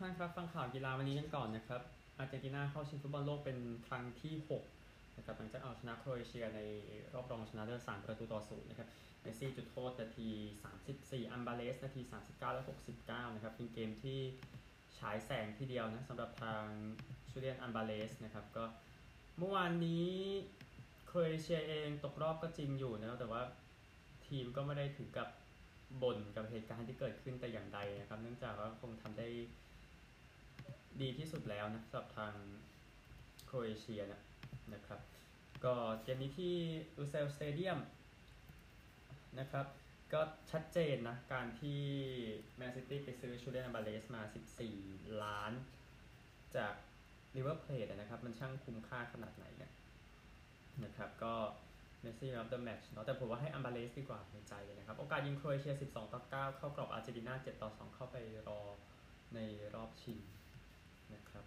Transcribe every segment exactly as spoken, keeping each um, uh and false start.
ท่านครับฟังข่าวกีฬาวันนี้กันก่อนนะครับอาร์เจนตินาเข้าชิงฟุตบอลโลกเป็นครั้งที่หกนะครับหลังจากเอาชนะโครเอเชียในรอบรองชนะเลิศสามประตูต่อศูนย์นะครับเมสซี่จุดโทษนาทีสามสิบสี่อัมบาเลสนาทีสามสิบเก้าและหกสิบเก้านะครับเป็นเกมที่ฉายแสงทีเดียวนะสำหรับทางชูเลียนอัมบาเลสนะครับก็เมื่อวานนี้โครเอเชียเองตกรอบก็จริงอยู่นะครับแต่ว่าทีมก็ไม่ได้ถึงกับบ่นกับเหตุการณ์ที่เกิดขึ้นแต่อย่างใดนะครับเนื่องจากว่าคงทำได้ดีที่สุดแล้วนะสำหรับทางโครเอเชียนะนะครับก็เกมนี้ที่ลูเซลสเตเดียมนะครับก็ชัดเจนนะการที่แมนซิตี้ไปซื้อชูเลียนอัมบาเลสมาสิบสี่ล้านจากริเวอร์เพลทนะครับมันช่างคุ้มค่าขนาดไหนเนี่ยนะครับก็เมสซี่รับเดอะแมตช์เนาะแต่ผมว่าให้อัมบาเลสดีกว่าในใจเลยนะครับโอกาสยิงโครเอเชียสิบสองต่อเก้าเข้ากรอบอาร์เจนตินาเจ็ดต่อสองเข้าไปรอในรอบชิงนะครับ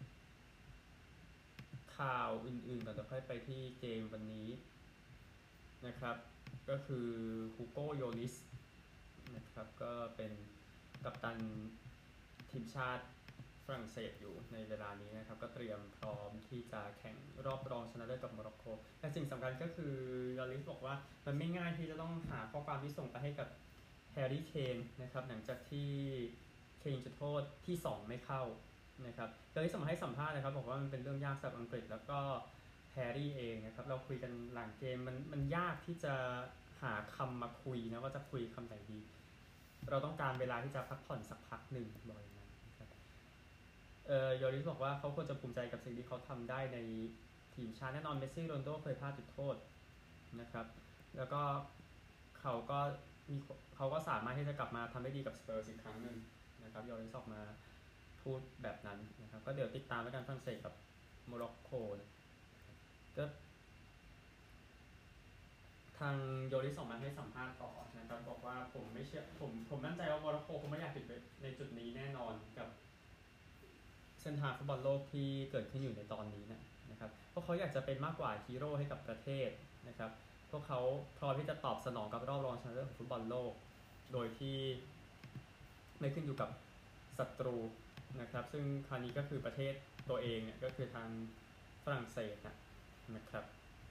ข่าวอื่นๆก่อนจะค่อยไปที่เกมวันนี้นะครับก็คือฮูโกโยลิสนะครับก็เป็นกัปตันทีมชาติฝรั่งเศสอยู่ในเวลานี้นะครับก็เตรียมพร้อมที่จะแข่งรอบรองชนะเลิศกับโมร็อกโกแต่สิ่งสำคัญก็คือยอริสบอกว่ามันไม่ง่ายที่จะต้องหาข้อความที่ส่งไปให้กับแฮร์รี่เคนนะครับหลังจากที่เคนจุดโทษที่สองไม่เข้านะครับยอริสมาให้สัมภาษณ์นะครับบอกว่ามันเป็นเรื่องยากสำหรับอังกฤษแล้วก็แฮร์รี่เองนะครับเราคุยกันหลังเกมมันมันยากที่จะหาคำมาคุยนะว่าจะคุยคำไหนดีเราต้องการเวลาที่จะพักผ่อนสักพักหนึ่งบ่อยนะครับเอ่อยอริสบอกว่าเขาควรจะภูมิใจกับสิ่งที่เขาทำได้ในทีมชาติแน่นอนเมสซี่โรนัลโดเคยพลาดจุดโทษนะครับแล้วก็เขาก็มีเขาก็สามารถที่จะกลับมาทำได้ดีกับสเปอร์อีกครั้งหนึ่งนะครับยอริสออกมาพูดแบบนั้นนะครับก็เดี๋ยวติดตามแล้วกันฝรั่งเศสกับโมร็อกโกนะก็ทางโยริสออกมาให้สัมภาษณ์ต่อนะครับบอกว่าผมไม่เชื่อผมผมมั่นใจว่าโมร็อกโกคงไม่อยากติดในจุดนี้แน่นอนกับเส้นทางฟุตบอลโลกที่เกิดขึ้นอยู่ในตอนนี้นะนะครับเพราะเขาอยากจะเป็นมากกว่าฮีโร่ให้กับประเทศนะครับพวกเขาพร้อมที่จะตอบสนองกับรอบรองชนะเลิศของฟุตบอลโลกโดยที่ไม่ขึ้นอยู่กับศัตรูนะครับซึ่งคราวนี้ก็คือประเทศตัวเองเนี่ยก็คือทางฝรั่งเศสนะนะครับ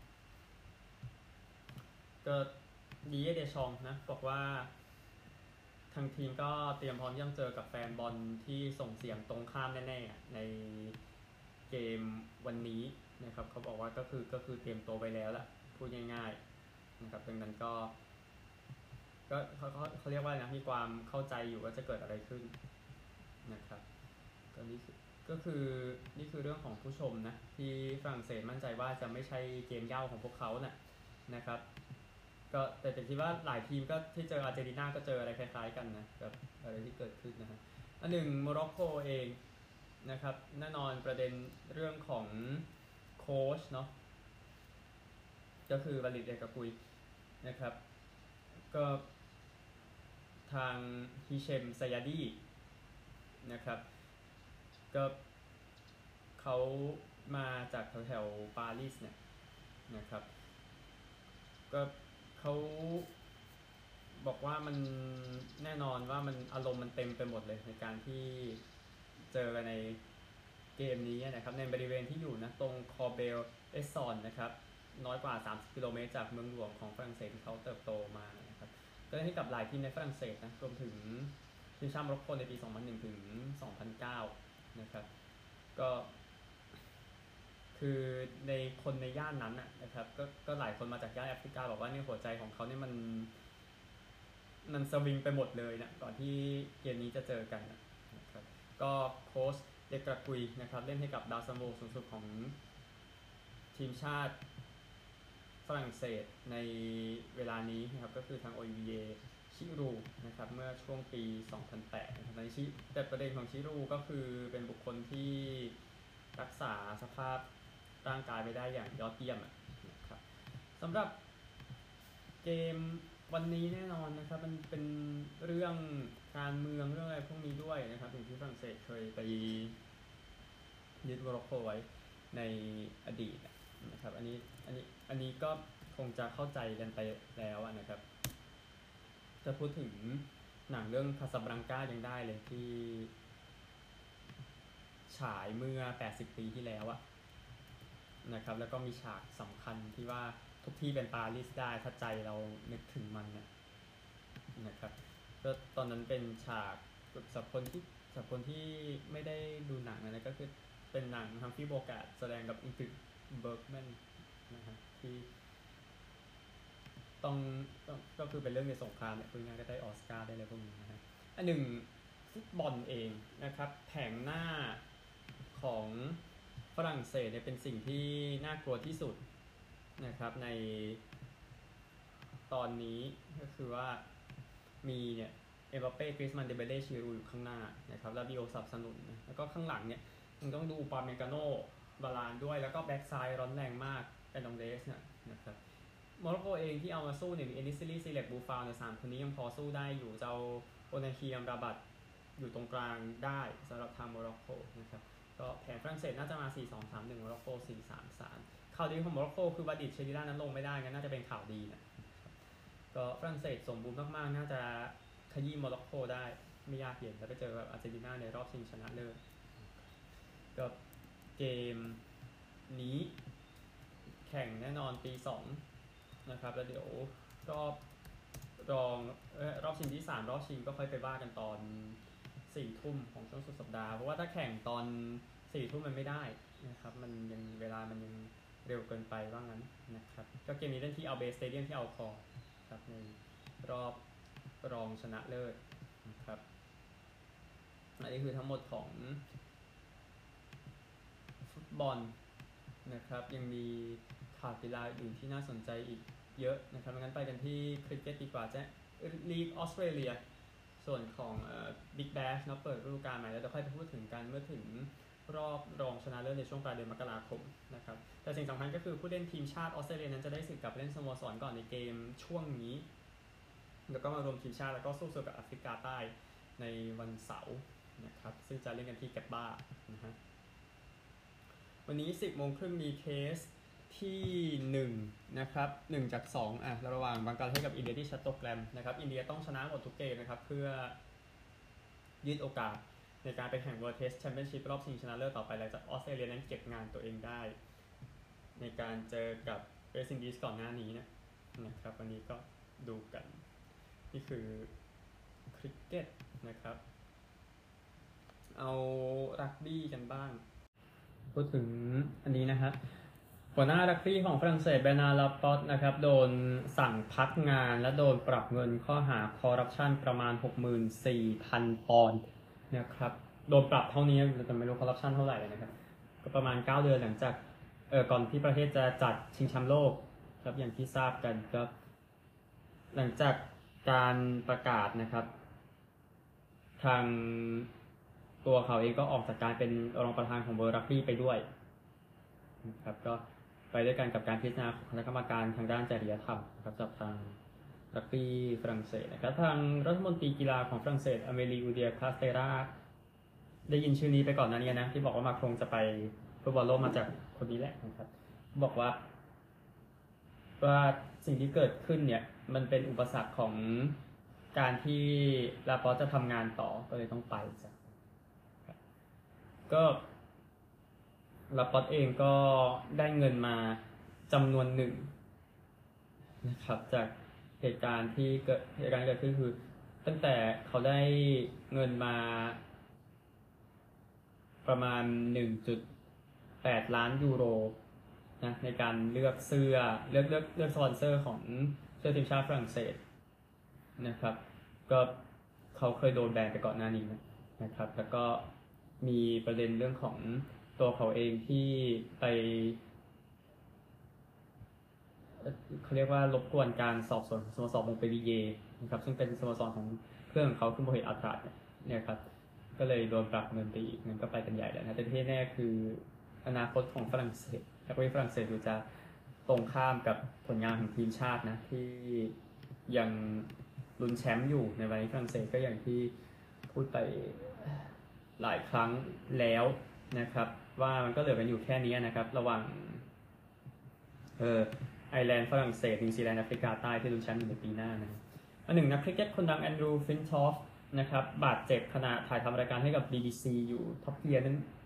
ก็ดีเอเดชองนะบอกว่าทางทีมก็เตรียมพร้อมที่จะเจอกับแฟนบอลที่ส่งเสียงตรงข้ามแน่ๆในเกมวันนี้นะครับเขาบอกว่าก็คือก็คือเตรียมตัวไปแล้วแหละพูดง่ายๆนะครับดังนั้นก็ก็เขาเขาเขาเรียกว่านะมีความเข้าใจอยู่ว่าจะเกิดอะไรขึ้นนะครับก็นี่คือก็คือนี่คือเรื่องของผู้ชมนะที่ฝรั่งเศสมั่นใจว่าจะไม่ใช่เกมเย่าของพวกเขานะ่ะนะครับก็แต่แต่คิดว่าหลายทีมก็ที่เจออาร์เจนตินาก็เจออะไรคล้ายๆกันนะกับอะไรที่เกิดขึ้นนะฮะอันหนึ่งโมร็อกโกเองนะครับแน่นอนประเด็นเรื่องของโค้ชเนาะก็คือวาลิดเอกกุยนะครับก็ทางฮิเชมไซยาดีนะครับก็เขามาจากแถวๆปารีสเนี่ยนะครับก็เขาบอกว่ามันแน่นอนว่ามันอารมณ์มันเต็มไปหมดเลยในการที่เจอกันในเกมนี้นะครับในบริเวณที่อยู่นะตรงคอเบลเอสซอนนะครับน้อยกว่าสามสิบกิโลเมตรจากเมืองหลวงของฝรั่งเศสที่เขาเติบโตมานะครับก็ให้กับหลายทีมในฝรั่งเศสนะรวมถึงทีมชาติโมร็อกโกในปีสองพันหนึ่งถึงสองพันเก้านะครับก็คือในคนในย่านนั้นนะครับก็ก็หลายคนมาจากย่านแอฟริกาบอกว่าเนี่ยหัวใจของเขาเนี่ยมันมันสวิงไปหมดเลยนะก่อนที่เกมนี้จะเจอกันนะครับก็โค้ชเดกรากุยนะครับเล่นให้กับดาวซัมโบสูงสุดของทีมชาติฝรั่งเศสในเวลานี้นะครับก็คือทางโอลิเวียชิรูนะครับเมื่อช่วงปีสองพันแปดนะครับในชิแต่ประเด็นของชิรูก็คือเป็นบุคคลที่รักษาสภาพร่างกายไปได้อย่างยอดเยี่ยมนะครับสำหรับเกมวันนี้แน่นอนนะครับมันเป็นเรื่องการเมืองเรื่องอะไรพวกนี้ด้วยนะครับอย่างที่ฝรั่งเศสเคยไปยึดโมร็อกโกไว้ในอดีตนะครับอันนี้อันนี้อันนี้ก็คงจะเข้าใจกันไปแล้วนะครับจะพูดถึงหนังเรื่องคาซาบลังกายังได้เลยที่ฉายเมื่อแปดสิบปีที่แล้วอะนะครับแล้วก็มีฉากสำคัญที่ว่าทุกที่เป็นปารีสได้ถ้าใจเรานึกถึงมันนะนะครับก็ตอนนั้นเป็นฉากสำหรับคนที่สำหรับคนที่ไม่ได้ดูหนังนะก็คือเป็นหนังฮัมฟรีย์โบการ์ดแสดงกับอิงกริดเบิร์กแมนนะฮะที่ต้องก็คือเป็นเรื่องในสงครามเนี่ยคุณงานก็ได้ออสการ์ได้เลยพวกนี้นะฮะอันหนึ่งฟุตบอลเองนะครับแผงหน้าของฝรั่งเศสเนี่ยเป็นสิ่งที่น่ากลัวที่สุดนะครับในตอนนี้ก็คือว่ามีเนี่ยเอ็มบัปเป้กริซมันเดเบเล่ชิรูอยู่ข้างหน้านะครับแล้วบิโอสนับสนุนนะแล้วก็ข้างหลังเนี่ยมันต้องดูปาเมกาโนบาลานด้วยแล้วก็แบ็กซ้ายร้อนแรงมากเป็นดองเดสเนี่ยนะครับโมร็อกโกเองที่เอามาสู้เนี่ยมีเอนิซิลีซีเล็กบูฟาวในสามคนนี้ยังพอสู้ได้อยู่เจ้าโอนาคียมราบัตอยู่ตรงกลางได้สำหรับทางโมร็อกโกนะครับก็แผนฝรั่งเศสน่าจะมา สี่ สอง สาม หนึ่ง โมร็อกโก สี่ สาม สาม ข่าวดีของโมร็อกโกคือวาดิดเชดิล่านั้นลงไม่ได้งั้นน่าจะเป็นข่าวดีนะก็ฝรั่งเศสสมบูรณ์มากๆน่าจะขยี้โมร็อกโกได้ไม่ยากเย็นแล้วไปเจอแบบอาร์เจนตินาในรอบชิงชนะเลิศก็เกมนี้แข่งแน่นอนตีสองนะครับแล้วเดี๋ยวรอบรองรอบชิงที่สามรอบชิงก็ค่อยไปว่ากันตอนสี่ทุ่มของช่วงสุดสัปดาห์เพราะว่าถ้าแข่งตอนสี่ทุ่มมันไม่ได้นะครับมันยังเวลามันยังเร็วเกินไปว่างั้นนะครับก็เกมนี้เล่นที่เอาเบสสเตเดียมที่เอาคอครับในรอบรองชนะเลิศนะครับอันนี้คือทั้งหมดของฟุตบอลนะครับยังมีข่าวกีฬาอื่นที่น่าสนใจอีกเยอะนะครับงั้นไปกันที่คริกเก็ตดีกว่าจะลีกออสเตรเลียส่วนของบิ๊กแบชนะเปิดฤดูกาลใหม่แล้วเดี๋ยวค่อยไปพูดถึงกันเมื่อถึงรอบรองชนะเลิศในช่วงปลายเดือนมกราคมนะครับแต่สิ่งสำคัญก็คือผู้เล่นทีมชาติออสเตรเลียนั้นจะได้สิทธิ์กลับเล่นสโมสรก่อนในเกมช่วงนี้แล้วก็มารวมทีมชาติแล้วก็สู้ศึกกับแอฟริกาใต้ในวันเสาร์นะครับซึ่งจะเล่นกันที่แกบบ้านะฮะวันนี้ สิบโมงครึ่งมีเคสที่หนึ่งนะครับหนึ่งจากสองอ่ะระหว่างบังกลาเทศกับอินเดียที่ชัตโตแกรมนะครับอินเดียต้องชนะหมดทุกเกมนะครับเพื่อยืดโอกาสในการไปแข่ง World Test Championship รอบชิงชนะเลิศต่อไปหลังจากออสเตรเลียนั้นเก็บงานตัวเองได้ในการเจอกับเวสต์อินดีสก่อนหน้านี้นะนะครับวันนี้ก็ดูกันนี่คือคริกเก็ตนะครับเอารักบี้กันบ้างพูดถึงอันนี้นะฮะหัวหน้ารักบี้ของฝรั่งเศสเบนาร์ลาปอตนะครับโดนสั่งพักงานและโดนปรับเงินข้อหาคอร์รัปชันประมาณ หกหมื่นสี่พัน ปอนด์นะครับโดนปรับเท่านี้แต่ไม่รู้คอร์รัปชันเท่าไหร่นะครับก็ประมาณเก้าเดือนหลังจากเออก่อนที่ประเทศจะจัดชิงแชมป์โลกครับอย่างที่ทราบกันครับหลังจากการประกาศนะครับทางตัวเขาเองก็ออกจากการเป็นรองประธานของเวิลด์รักบี้ไปด้วยนะครับก็ไปด้วยกันกับการพิจารณาของคณะกรรมการทางด้านจริยธรรมนะครับจากทางรักบี้ฝรั่งเศสนะครับทางรัฐมนตรีกีฬาของฝรั่งเศสอเมลีอูเดียคาสเตราได้ยินชื่อนี้ไปก่อนหน้านี้นะที่บอกว่ามาครงจะไปฟุตบอลโลกมาจากคนนี้แหละนะครับบอกว่าว่าสิ่งที่เกิดขึ้นเนี่ยมันเป็นอุปสรรคของการที่ลาปอร์ตจะทำงานต่อก็เลยต้องไปจ้ะก็ลาปอร์ตเองก็ได้เงินมาจำนวนหนึ่งนะครับจากเหตุการณ์ที่เกิดเหตุการณ์ที่เกิดขึ้นคือตั้งแต่เขาได้เงินมาประมาณ หนึ่งจุดแปด ล้านยูโรนะในการเลือกเสื้อเลือกเลือกเลือกสปอนเซอร์ของเสื้อทีมชาติฝรั่งเศสนะครับก็เขาเคยโดนแบนไปก่อนหน้านี้นะครับแล้วก็มีประเด็นเรื่องของตัวเขาเองที่ไปเขาเรียกว่ารบกวนการสอบสวนสโมสรมงเปลีเยนะครับซึ่งเป็นสโมสรของเพื่อนของเขาคือโมฮิตอัตราดเนี่ยครับก็เลยโดนปรับเงินไปอีกนั่นก็ไปกันใหญ่แล้วนะแต่ที่แน่คืออนาคตของฝรั่งเศสนักเตะฝรั่งเศสดูจะตรงข้ามกับผลงานของทีมชาตินะที่ยังลุ้นแชมป์อยู่ในวันนี้ฝรั่งเศสก็อย่างที่พูดไปหลายครั้งแล้วนะครับว่ามันก็เหลือกันอยู่แค่นี้นะครับระหว่างเออไอร์แลนด์ฝรั่งเศสนิวซีแลนด์แอฟริกาใต้ที่ลุ้นแชมป์อยู่ในปีหน้านะอันหนึ่งนักคริกเก็ตคนดังแอนดรูว์ฟินทอฟนะครับบาดเจ็บขณะถ่ายทำรายการให้กับ บี บี ซี อยู่ท็อปเกียร์นั้น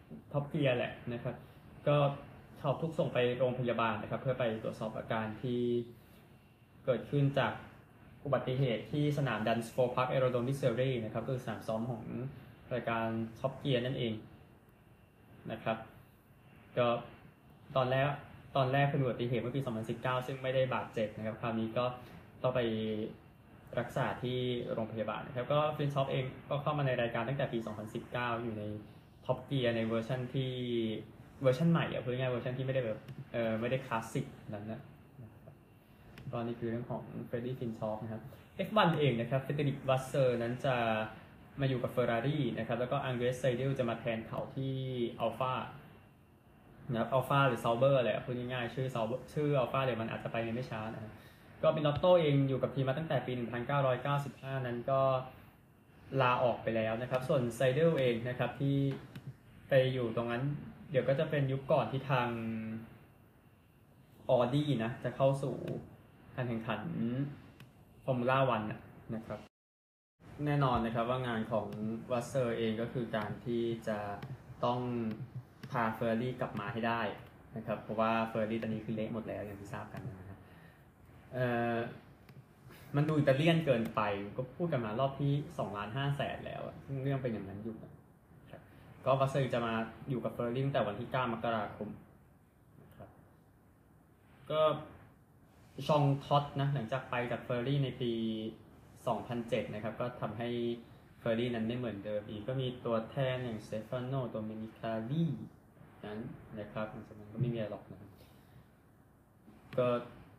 ท็อปเกียร์แหละนะครับก็เขาทุกส่งไปโรงพยาบาลนะครับเพื่อไปตรวจสอบอาการที่เกิดขึ้นจากอุบัติเหตุที่สนามดันสโฟร์พาร์คแอโรโดรมที่เซอร์รีนะครับก็คือสนามซ้อมของรายการท็อปเกียร์นั่นเองนะครับก็ตอนแรกตอนแรกเป็นอุบัติเหตุเมื่อปีสองพันสิบเก้าซึ่งไม่ได้บาดเจ็บนะครับคราวนี้ก็ต้องไปรักษาที่โรงพยาบาลนะครับก็ฟลินท็อปเองก็เข้ามาในรายการตั้งแต่ปีสองพันสิบเก้าอยู่ในท็อปเกียร์ในเวอร์ชันที่เวอร์ชันใหม่อ่ะพูดง่ายๆเวอร์ชันที่ไม่ได้แบบเออไม่ได้คลาสสิกนั้นนะก็นี่คือเรื่องของเฟรดดี้ฟินท็อปนะครับ เอฟ วัน เองนะครับเฟเดริกวัสเซอร์นั้นจะมาอยู่กับเฟอร์รารี่นะครับแล้วก็อังเดรสไซเดลจะมาแทนเขาที่อัลฟานะครับอัลฟาหรือซาวเบอร์อะไรพูดง่ายๆชื่อซาวชื่ออัลฟาเลยมันอาจจะไปในไม่ช้านะครับก็บินอตโต้เองอยู่กับทีมมาตั้งแต่ปีหนึ่งพันเก้าร้อยเก้าสิบห้านั้นก็ลาออกไปแล้วนะครับส่วนไซเดลเองนะครับที่ไปอยู่ตรงนั้นเดี๋ยวก็จะเป็นยุคก่อนที่ทางออดี้นะจะเข้าสู่การแข่งขันฟอร์มูล่าวันนะครับแน่นอนนะครับว่างานของวัสเซอร์เองก็คือการที่จะต้องพาเฟอร์รี่กลับมาให้ได้นะครับเพราะว่าเฟอร์รี่ตอนนี้คือเละหมดแล้วอย่างที่ทราบกันนะครับเอ่อมันดูอิตาเลียนเกินไปก็พูดกันมารอบที่สองล้านห้าแสนแล้วซึ่งเรื่องเป็นอย่างนั้นอยู่นะครับก็วัสเซอร์จะมาอยู่กับเฟอร์รี่ตั้งแต่วันที่เก้ามกราคมนะครับก็ชองท็อตนะหลังจากไปจากเฟอร์รี่ในปีสองพันเจ็ดนะครับก็ทำให้เฟอร์รี่นั้นไม่เหมือนเดิมอีกก็มีตัวแทนอย่างสเตฟานโนโดมินิคาลีนั้นนะครับหลังจากนั้นก็ไม่มีอะไรหรอกนะครับก็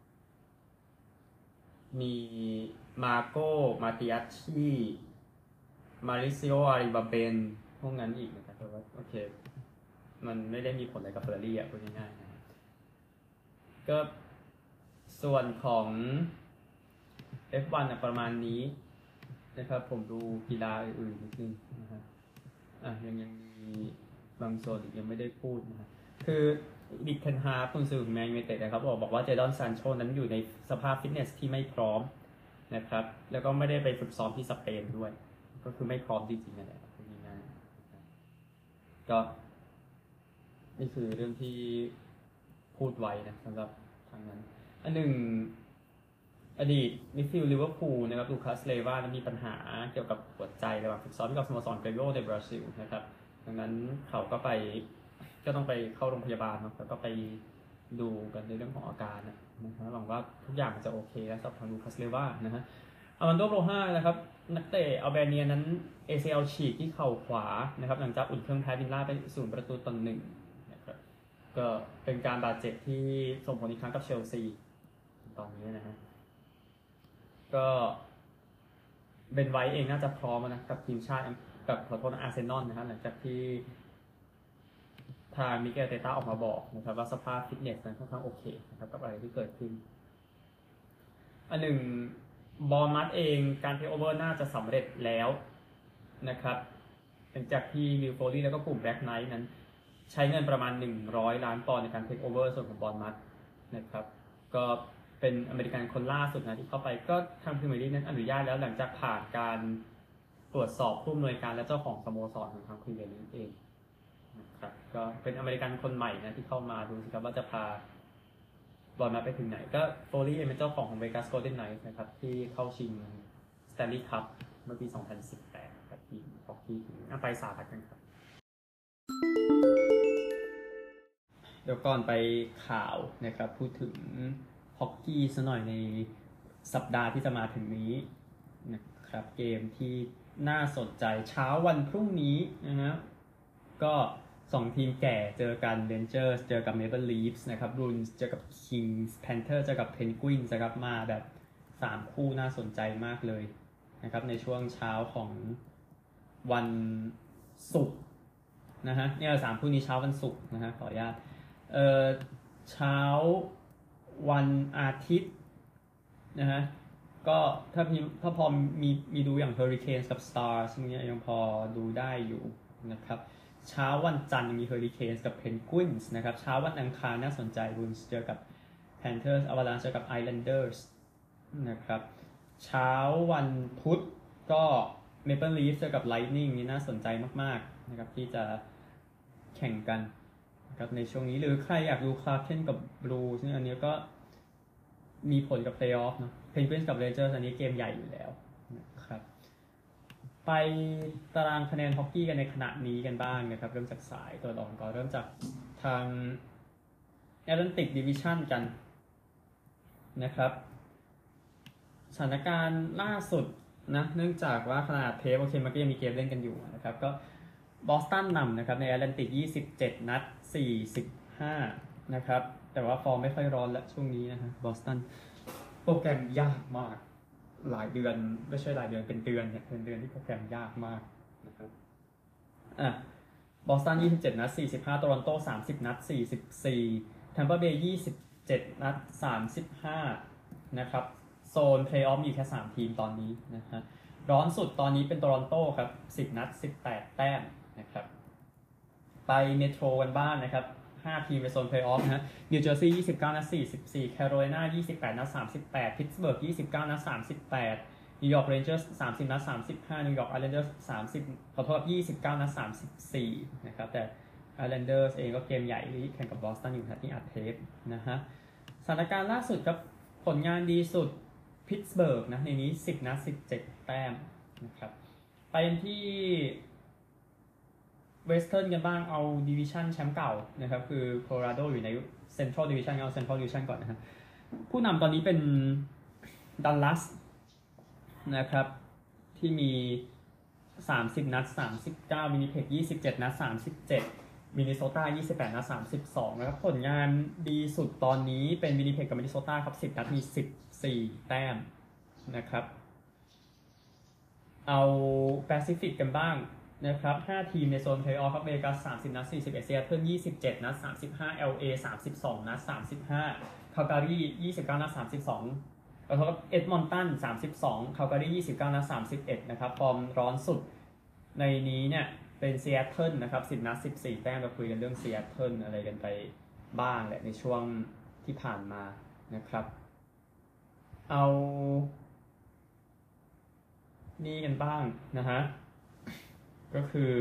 มีมาโกมาติอัชชีมาริซิโออาริบาเบนพวกนั้นอีกนะครับเพราะว่าโอเคมันไม่ได้มีผลอะไรกับเฟอร์รี่อ่ะพูดง่ายๆนะก็ส่วนของ เอฟ วัน ประมาณนี้นะครับผมดูกีฬาอื่นๆนิดนึงนะครับอ่ะยังยังมีบางส่วนอีกยังไม่ได้พูดนะครับคือดิกเทนฮาร์คุณสื่อแมนยูไนเต็ดนะครับบอกบอกว่าเจดอนซานโชนั้นอยู่ในสภาพฟิตเนสที่ไม่พร้อมนะครับแล้วก็ไม่ได้ไปฝึกซ้อมที่สเปนด้วยก็คือไม่พร้อมจริงๆนั่นแหละพูดง่ายๆก็นี่คือเรื่องที่พูดไว้นะสำหรับทางนั้นอันหนึ่งอดีตมิดฟิลด์ลิเวอร์พูลนะครับลูคัสเลวามีปัญหาเกี่ยวกับหัวใจระหว่างฝึกซ้อมกับสโมสรเกรโรในบราซิลนะครับดังนั้นเขาก็ไปก็ต้องไปเข้าโรงพยาบาลแล้วก็ไปดูกันในเรื่องของอาการนะครับหวังว่าทุกอย่างจะโอเคแล้วสำหรับทางลูคัสเลวานะฮะอามันโดโรฮานะครับนักเตะอัลเบเนียนั้น เอ ซี แอล ฉีกที่เข่าขวานะครับหลังจากอุ่นเครื่องแพ้วิลล่าไปศูนย์ประตูต่อหนึ่งนะครับก็เป็นการบาดเจ็บที่ส่งผลอีกครั้งกับเชลซีตอนนี้นะฮะก็เบนไวท์เองน่าจะพร้อมนะกับทีมชาติกับขอโทษอาร์เซนอลนะครับหลังจากที่ทางมิเกลเตต้าออกมาบอกนะครับว่าสภาพฟิตเนสนั้นค่อนข้างโอเคนะครับกับอะไรที่เกิดขึ้นอันหนึ่งบอลมัดเองการเทคโอเวอร์น่าจะสำเร็จแล้วนะครับหลังจากที่วิลโฟลี่แล้วก็กลุ่มแบล็กไนท์นั้นใช้เงินประมาณหนึ่งร้อยล้านปอนด์ในการเทคโอเวอร์ส่วนของบอลมัดนะครับก็เป็นอเมริกันคนล่าสุดนะที่เข้าไปก็ทางพรีเมียร์ลีกนั้นอนุญาตแล้วหลังจากผ่านการตรวจสอบผู้อำนวยการและเจ้าของสโมสรของทางพรีเมียร์ลีกเองนะครับก็เป็นอเมริกันคนใหม่นะที่เข้ามาดูสิครับว่าจะพาบอลมาไปถึงไหนก็โฟลี่เองเป็นเจ้าของของเวกัสโกลเด้นไนท์นะครับที่เข้าชิงสแตนลีย์คัพเมื่อปีสองพันสิบแปดกับทีมฮอกกี้ถึงไปสาพักกันครับเดี๋ยวก่อนไปข่าวนะครับพูดถึงฮอกกี้ซะหน่อยในสัปดาห์ที่จะมาถึงนี้นะครับเกมที่น่าสนใจเช้าวันพรุ่งนี้นะฮะก็สองทีมแก่เจอกัน Rangers เจอกับ Maple Leafs นะครับ Bruins เจอกับ Kings Panther เจอกับ Penguins นะครับมาแบบสามคู่น่าสนใจมากเลยนะครับในช่วงเช้าของวันศุกร์นะฮะเนี่ยสามคู่นี้เช้าวันศุกร์นะฮะขออนุญาตเอ่อเช้าวันอาทิตย์นะฮะก็ถ้าพี่ถ้าพอมีมีดูอย่าง Hurricanes กับ Stars เนี่ยยังพอดูได้อยู่นะครับเช้าวันจันทร์มี Hurricanes กับ Penguins นะครับเช้าวันอังคารน่าสนใจ Bruins เจอกับ Panthers Avalanche เจอกับ Islanders นะครับเช้าวันพุธก็ Maple Leafs เจอกับ Lightning นี่น่าสนใจมากๆนะครับที่จะแข่งกันนะครับในช่วงนี้หรือใครอยากดูคลาร์เคนกับบลูซึ่งอันนี้ก็มีผลกับเพลย์ออฟเนาะเพนกวินส์กับเรนเจอร์สอันนี้เกมใหญ่อยู่แล้วนะครับไปตารางคะแนนฮอกกี้กันในขณะนี้กันบ้างนะครับเริ่มจากสายตัวรองก็เริ่มจากทางแอตแลนติกดิวิชั่นกันนะครับสถานการณ์ล่าสุดนะเนื่องจากว่าขนาดเทปโอเคมันก็ยังมีเกมเล่นกันอยู่นะครับก็บอสตันนำนะครับในแอตแลนติกยี่สิบเจ็ดนัดสี่สิบห้านะครับแต่ว่าฟอร์มไม่ค่อยร้อนแล้วช่วงนี้นะฮะบอสตันโปรแกรมยากมากหลายเดือนไม่ใช่หลายเดือนเป็นเดือนเนี่ยเป็นเดือนที่โปรแกรมยากมากนะครับอ่ะบอสตันยี่สิบเจ็ดนัดสี่สิบห้าโตรอนโตสามสิบนัดสี่สิบสี่แทมเปอร์เบย์ยี่สิบเจ็ดนัดสามสิบห้านะครับโซนเพลย์ออฟมีแค่สามทีมตอนนี้นะฮะร้อนสุดตอนนี้เป็นโตรอนโตครับสิบนัดสิบแปดแต้มนะครับไปเมโทรกันบ้าง น, นะครับห้าทีมในโซนเพลย์ออฟนะฮะนิวเจอร์ซีย์ยี่สิบเก้านัดสี่สิบสี่แคโรไลนายี่สิบแปดนัดสามสิบแปดพิตต์สเบิร์กยี่สิบเก้านัดสามสิบแปดนิวยอร์กเรนเจอร์สสามสิบนัดสามสิบห้านิวยอร์กไอแลนเดอร์สสามสิบขอโทษครับยี่สิบเก้านัดสามสิบสี่นะครับแต่ไอแลนเดอร์สเองก็เกมใหญ่ที่แข่งกับบอสตันอยู่ที่อัดเทปนะฮะสถานการณ์ล่าสุดครับผลงานดีสุดพิตต์สเบิร์กนะในนี้สิบนัดสิบเจ็ดแต้มนะครับไปที่เวสเทิร์นกันบ้างเอาดิวิชั่นแชมป์เก่านะครับคือโคโลราโดอยู่ในเซ็นทรัลดิวิชั่นเอาเซ็นทรัลดิวิชั่นก่อนนะครับผู้นำตอนนี้เป็นดัลลัสนะครับที่มีสามสิบนัดสามสิบเก้าวินิเพกยี่สิบเจ็ดนัดสามสิบเจ็ดมินนิโซตายี่สิบแปดนัดสามสิบสองนะครับผลงานดีสุดตอนนี้เป็นวินิเพกกับมินนิโซตาครับสิบนัดมีสิบสี่แต้มนะครับเอาแปซิฟิกกันบ้างนะครับห้าทีมในโซนเพลย์ออฟครับเวกัสสามสิบนัดสี่สิบเอ็ดซีแอตเทิลยี่สิบเจ็ดนัดสามสิบห้า แอล เอ สามสิบสองนัดสามสิบห้าคาลการียี่สิบเก้านัดสามสิบสองแล้วก็เอ็ดมอนตันสามสิบสองคาลการียี่สิบเก้านัดสามสิบเอ็ดนะครับฟอร์มร้อนสุดในนี้เนี่ยเป็นซีแอตเทิลนะครับสิบนัดสิบสี่แต้มเราคุยกันเรื่องซีแอตเทิลอะไรกันไปบ้างแหละในช่วงที่ผ่านมานะครับเอานี่กันบ้างนะฮะก็คือ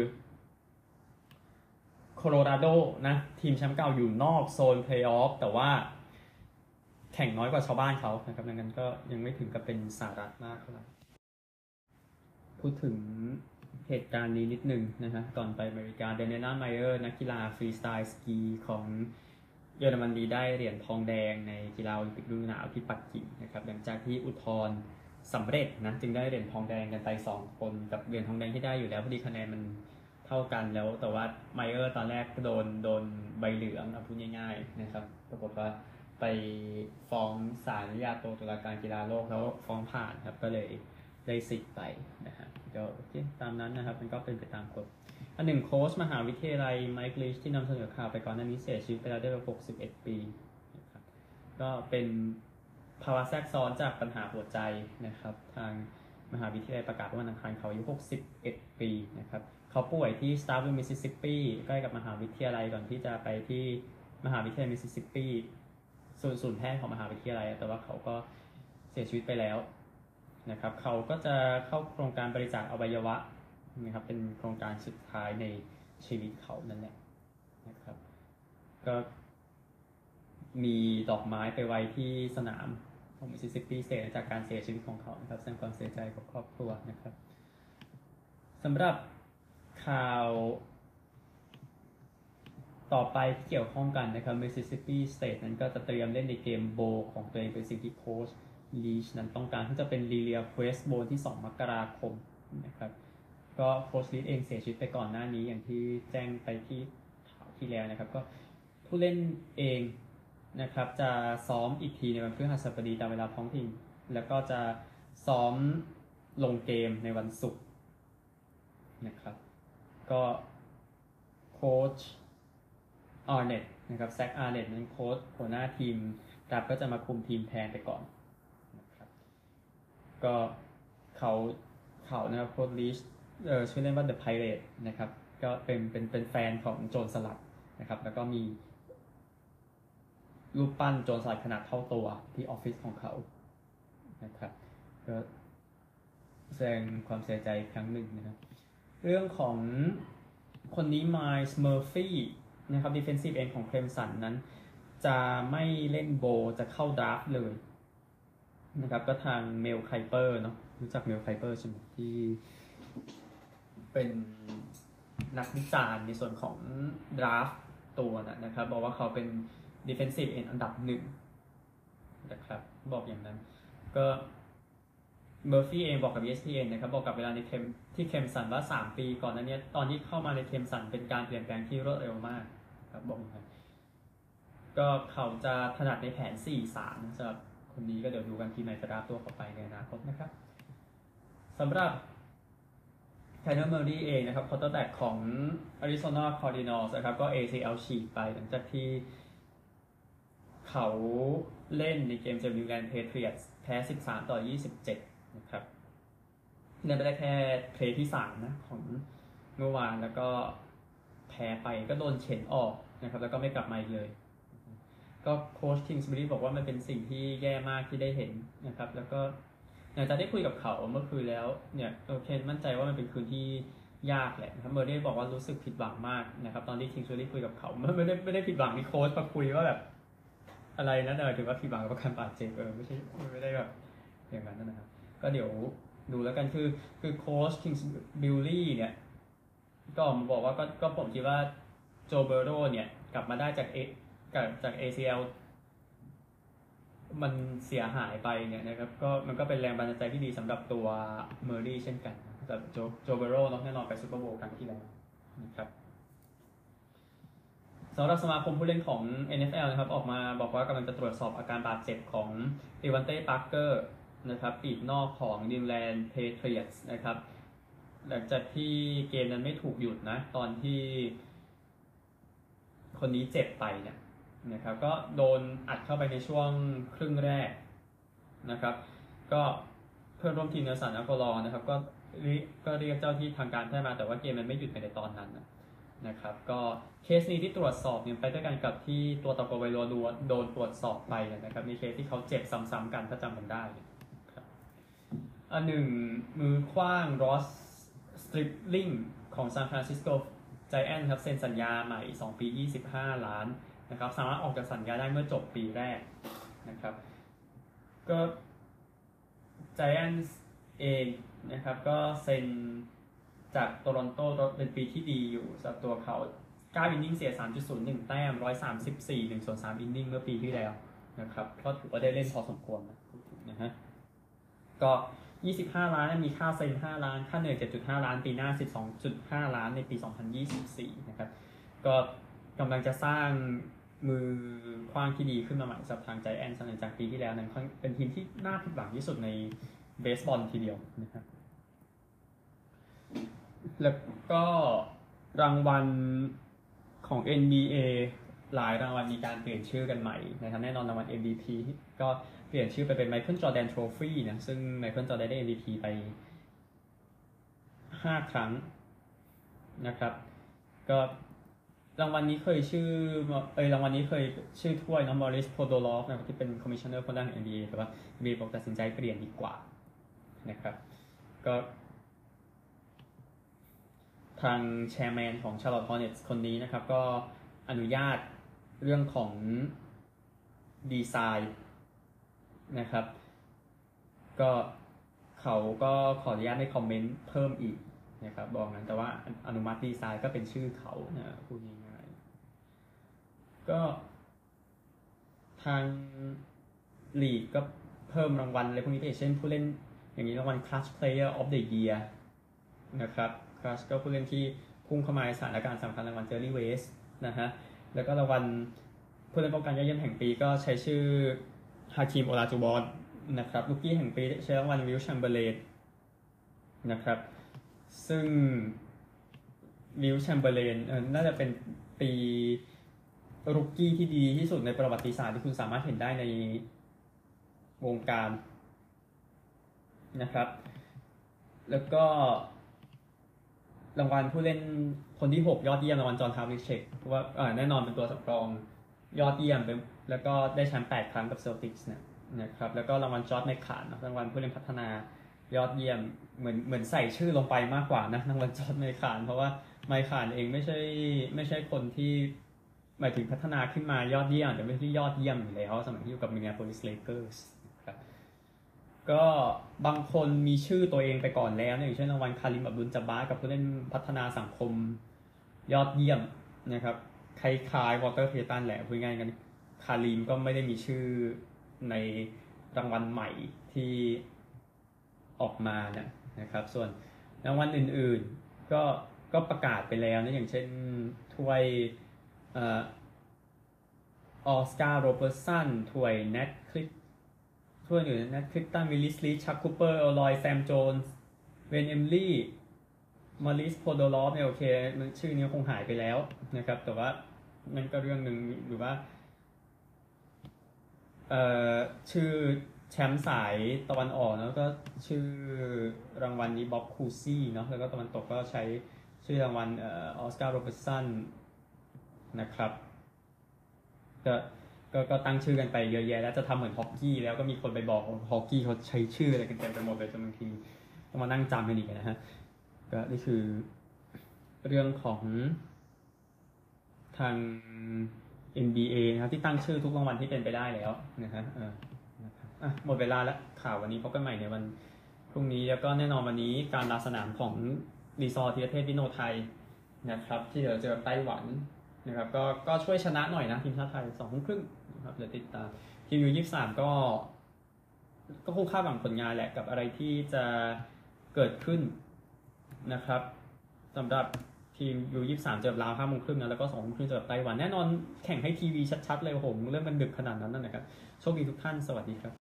โคโลราโดนะทีมแชมป์เก่าอยู่นอกโซนเพลย์ออฟแต่ว่าแข่งน้อยกว่าชาวบ้านเขานะครับดังนั้นก็ยังไม่ถึงกับเป็นสาระมากเท่าไหร่พูดถึงเหตุการณ์นี้นิดนึงนะฮะก่อนไปอเมริกาเดนเนน่าไมเออร์นักกีฬาฟรีสไตล์สกีของเยอรมนีได้เหรียญทองแดงในกีฬาโอลิมปิกฤดูหนาวที่ปักกิ่งนะครับหลังจากที่อุทธรณ์สำเร็จนะจึงได้เหรียญทองแดงกันไปสองคนกับเหรียญทองแดงที่ได้อยู่แล้วพอดีคะแนนมันเท่ากันแล้วแต่ว่าไมเออร์ตอนแรกโดนโดนใบเหลืองเอาพูดง่ายๆนะครับปรากฏว่าไปฟ้องศาลอาญาโตตุลาการกีฬาโลกแล้วฟ้องผ่านครับก็เลยได้สิทธิ์ไปนะฮะก็โอเคตามนั้นนะครับมันก็เป็นไปตามกฎอันหนึ่งโค้ชมหาวิทยาลัยไมค์ลิชที่นำเสนอข่าวไปก่อนหน้านี้เสียชีวิตไปแล้วได้หกสิบเอ็ดปีนะครับก็เป็นภาวะแทรกซ้อนจากปัญหาหัวใจนะครับทางมหาวิทยาลัยประกาศว่าวันอังคารเขาอายุหกสิบเอ็ดปีนะครับเขาป่วยที่ Starkville มิสซิสซิปปีใกล้กับมหาวิทยาลัยก่อนที่จะไปที่มหาวิทยาลัยมิสซิสซิปปีศูนย์ศูนย์แพทย์ของมหาวิทยาลัยแต่ว่าเขาก็เสียชีวิตไปแล้วนะครับเขาก็จะเข้าโครงการบริจาคอวัยวะนะครับเป็นโครงการสุดท้ายในชีวิตเขานั่นแหละนะครับก็มีดอกไม้ไปไว้ที่สนามของมิสซิสซิปปีสเตทจากการเสียชีวิตของเขานะครับแสดงความเสียใจกับครอบครัวนะครับสำหรับข่าวต่อไปที่เกี่ยวข้องกันนะครับ Mississippi State นั้นก็จะเตรียมเล่นในเกมโบของตัวเองเป็นสิ่งที่โค้ชลีชนั้นต้องการที่จะเป็นลีเลียเควสโบที่สองมกราคมนะครับก็โค้ชลีชเองเสียชีวิตไปก่อนหน้านี้อย่างที่แจ้งไปที่ข่าวที่แล้วนะครับก็ผู้เล่นเองนะครับจะซ้อมอีกทีในวันพฤหัสบดีตามเวลาท้องถิ่นแล้วก็จะซ้อมลงเกมในวันศุกร์นะครับก็โค้ชอาร์เน็ตนะครับแซคอาร์เน็ตนั้นโค้ชหัวหน้าทีมรับก็จะมาคุมทีมแทนไปก่อนนะครับก็เขาเขานะครับโค้ชลีชเอ่อชื่อเล่นว่า The Pirate นะครับก็เป็นเป็นเป็นแฟนของโจรสลัดนะครับแล้วก็มีรูปปั้นโจรสลัดขนาดเท่าตัวที่ออฟฟิศของเขานะครับก็แสดงความเสียใจครั้งหนึ่งนะครับเรื่องของคนนี้ Miles Murphy นะครับ defensive end ของ Clemson นั้นจะไม่เล่นโบจะเข้าดราฟต์เลยนะครับก็ทางเมลไคเปอร์เนาะรู้จักเมลไคเปอร์ใช่ไหมที่เป็นนักวิจารณ์ในส่วนของดราฟต์ตัวนะครับบอกว่าเขาเป็น defensive end อันดับหนึ่งนะครับบอกอย่างนั้นก็เมอร์ฟี่เองบอกกับ อี เอส พี เอ็น นะครับบอกกับเวลาในเคมที่เคมสันว่าสามปีก่อนนั้นเนี่ยตอนที่เข้ามาในเคมสันเป็นการเปลี่ยนแปลงที่รวดเร็วมากครับบอกอย่างนั้นก็เขาจะถนัดในแผน สี่ สาม สำหรับคนนี้ก็เดี๋ยวดูกันทีไหนจะรับตัวเข้าไปในอนาคตนะครับสำหรับไคลเนอร์เมอร์ดี้เองนะครับควอเตอร์แบ็กของ Arizona Cardinals นะครับก็ เอ ซี แอล ฉีกไปหลังจากที่เขาเล่นในเกมเจอ New England Patriots แพ้สิบสามต่อยี่สิบเจ็ดนะครับเล่นไปได้แค่เพลย์ที่สามนะของเมื่อวานแล้วก็แพ้ไปก็โดนเฉ็นออกนะครับแล้วก็ไม่กลับมาอีกเลยก็โค้ชคิงส์บรีบอกว่ามันเป็นสิ่งที่แย่มากที่ได้เห็นนะครับแล้วก็หลังจากได้คุยกับเขาเมื่อคืนแล้วเนี่ยโอเคมั่นใจว่ามันเป็นคืนที่ยากแหละนะครับเมอร์เดย์บอกว่ารู้สึกผิดหวังมากนะครับตอนที่คิงส์บรีคุยกับเขาไม่ได้ไม่ได้ผิดหวังที่โค้ชมาคุยว่าแบบอะไรนะเออถือว่าผิดหวังกับการบาดเจ็บเออไม่ใช่ไม่ได้แบบอย่างนั้นนะครับก็เดี๋ยวดูแล้วกันคือคือโค้ชคิงส์บิลลี่เนี่ยก็มาบอกว่าก็ก็ผมคิดว่าโจเบโรเนี่ยกลับมาได้จากเอกับจาก เอ ซี แอล มันเสียหายไปเนี่ยนะครับก็มันก็เป็นแรงบันดาลใจที่ดีสำหรับตัวเมอร์รี่เช่นกันแต่โจโจเบโรเนาะแน่นอนไปซูเปอร์โบว์ครั้งที่แล้วนะครับสำหรับสมาคมผู้เล่นของ เอ็น เอฟ แอล นะครับออกมาบอกว่ากำลังจะตรวจสอบอาการบาดเจ็บของเดวันเต้ ปาร์เกอร์นะครับปีกนอกของนิวแลนด์เพเทรียตส์นะครับหลังจากที่เกมนั้นไม่ถูกหยุดนะตอนที่คนนี้เจ็บไปเนี่ยนะครับก็โดนอัดเข้าไปในช่วงครึ่งแรกนะครับก็เพื่อนร่วมทีมเนลสัน อัลโกลอนะครับก็ก็เรียกเจ้าที่ทางการแพทย์มาแต่ว่าเกมมันไม่หยุดไปในตอนนั้นนะนะครับก็เคสนี้ที่ตรวจสอบเนี่ยไปด้วยกันกับที่ตัวตะโกไวโรโดนตรวจสอบไปนะครับมีเคสที่เขาเจ็บซ้ำๆกันถ้าจำกันได้ครับอันหนึ่งมือขว้างรอสสตริปลิงของซานฟรานซิสโกไจแอนท์ครับเซ็นสัญญาใหม่สองปียี่สิบห้าล้านนะครับสามารถออกจากสัญญาได้เมื่อจบปีแรกนะครับก็ไจแอนท์เองนะครับก็เซ็นจากโตลอนโตเป็นปีที่ดีอยู่สำหรับตัวเขาเก้าอินนิ่งเสีย สามจุดศูนย์หนึ่ง แต้มหนึ่งร้อยสามสิบสี่ หนึ่งส่วนสามอินนิ่งเมื่อปีที่แล้วนะครับก็ถือว่าได้เล่นพอสมควรนะฮะก็ยี่สิบห้าล้านมีค่าเซ็นห้าล้านค่าเหนื่อย เจ็ดจุดห้า ล้านปีหน้า สิบสองจุดห้า ล้านในปีสองพันยี่สิบสี่นะครับก็กำลังจะสร้างมือขว้างที่ดีขึ้นมาใหม่สำหรับทางไจแอนท์หลังจากปีที่แล้วนั้นเป็นทีมที่น่าผิดหวังที่สุดในเบสบอลทีเดียวนะครับแล้วก็รางวัลของ เอ็น บี เอ หลายรางวัลมีการเปลี่ยนชื่อกันใหม่นะครับแน่นอนรางวัล เอ็ม วี พี ก็เปลี่ยนชื่อไปเป็น Michael Jordan Trophy นะซึ่ง Michael Jordan ได้ เอ็ม วี พี ไปห้าครั้งนะครับก็รางวัลนี้เคยชื่อเออรางวัลนี้เคยชื่อถ้วยน้องมอริส โพโดลอฟนะครับที่เป็นคอมมิชชันเนอร์คนแรกของ เอ็น บี เอ แต่ว่า เอ็น บี เอ บอกตัดสินใจเปลี่ยนดีกว่านะครับก็ทางแชร์แมนของ Charlotte Hornets คนนี้นะครับก็อนุญาตเรื่องของดีไซน์นะครับก็เขาก็ขออนุญาตให้คอมเมนต์เพิ่มอีกนะครับบอกนั้นแต่ว่าอนุมัติดีไซน์ก็เป็นชื่อเขานะพูดง่ายๆก็ทางลีกก็เพิ่มรางวัลอะไรพวกนี้ไปเช่นผู้เล่นอย่างนี้รางวัล Clutch Player of the Year นะครับคลัชก็ผู้เล่นที่พุ่งเข้ามาในสถานการณ์สำคัญรางวัลเจอร์รี่เวสนะฮะแล้วก็รางวัลผู้เล่นป้องกันยอดเยี่ยมแห่งปีก็ใช้ชื่อฮาคิม โอลาจูบอนนะครับลูกกี้แห่งปีใช้รางวัลวิล แชมเบอร์เลนนะครับซึ่งวิล แชมเบอร์เลนน่าจะเป็นปีลูกกี้ที่ดีที่สุดในประวัติศาสตร์ที่คุณสามารถเห็นได้ในวงการนะครับแล้วก็รางวัลผู้เล่นคนที่หกยอดเยี่ยมรางวัลจอห์น ฮาร์วิชเชคเพราะว่าแน่นอนเป็นตัวสำรองยอดเยี่ยมแล้วก็ได้แชมป์แปดครั้งกับเซลติกส์เนี่ยนะครับแล้วก็รางวัลจอร์จ ไมคานรางวัลผู้เล่นพัฒนายอดเยี่ยมเหมือนเหมือนใส่ชื่อลงไปมากกว่านะรางวัลจอร์จ ไมคานเพราะว่าไมค์คานเองไม่ใช่ไม่ใช่คนที่หมายถึงพัฒนาขึ้นมายอดเยี่ยมแต่ไม่ใช่ยอดเยี่ยมอยู่แล้วสมัยที่อยู่กับ Minneapolis Lakers ครับก็บางคนมีชื่อตัวเองไปก่อนแล้วอย่างเช่นรางวัลคาริมอับดุลจาบาร์กับผู้เล่นพัฒนาสังคมยอดเยี่ยมนะครับคล้ายๆวอเตอร์เพตันแหละพูดง่ายๆกันคาริมก็ไม่ได้มีชื่อในรางวัลใหม่ที่ออกมานะนะครับส่วนรางวัลอื่นๆก็ก็ประกาศไปแล้วนะอย่างเช่นถ้วยเออสการ์โรเบอร์สันถ้วยแนทคลิปถ้วยอื่นแนทคลิปตันวิลลิสลีชักคูเปอร์เอลอยแซมโจนส์เวนเอมลี่มาริสโพโดลอฟเนี่ยโอเคชื่อนี้คงหายไปแล้วนะครับแต่ว่ามันก็เรื่องหนึ่งหรือว่าเอ่อชื่อแชมป์สายตะวันออกแล้วก็ชื่อรางวัลนี้บ๊อบคูซี่เนาะแล้วก็ตะวันตกก็ใช้ชื่อรางวัลเอ่อออสการ์โรเบอร์สันนะครับก็ก็ก็ตั้งชื่อกันไปเยอะแยะแล้วจะทำเหมือนฮอกกี้แล้วก็มีคนไปบอกฮอกกี้เขาใช้ชื่ออะไรกันเต็มไปหมดเลยจนบางทีต้องมานั่งจำกันอีกนะฮะก็นี่คือเรื่องของทาง เอ็น บี เอ นะครับที่ตั้งชื่อทุกรางวัลที่เป็นไปได้แล้วนะฮะเออนะครับอ่ะหมดเวลาแล้วข่าววันนี้พบกันใหม่ในวันพรุ่งนี้แล้วก็แน่นอนวันนี้การลาสนามของรีซอร์ธีรเทพวิโนไทยนะครับที่เดี๋ยวเจอไต้หวันนะครับก็ก็ช่วยชนะหน่อยนะทีมชาติไทยสองทุ่มครึ่งนะครับเดี๋ยวติดตามทีมยูยี่สิบสามก็ก็คงคาดหวังผลงานแหละกับอะไรที่จะเกิดขึ้นนะครับสำหรับทีมยูยี่สิบสามเจอลาวห้าโมงครึ่งนะแล้วก็สองทุ่มครึ่งเจอไต้หวันแน่นอนแข่งให้ทีวีชัดๆเลยโอ้โหเรื่องมันดึกขนาดนั้นนะครับโชคดีทุกท่านสวัสดีครับ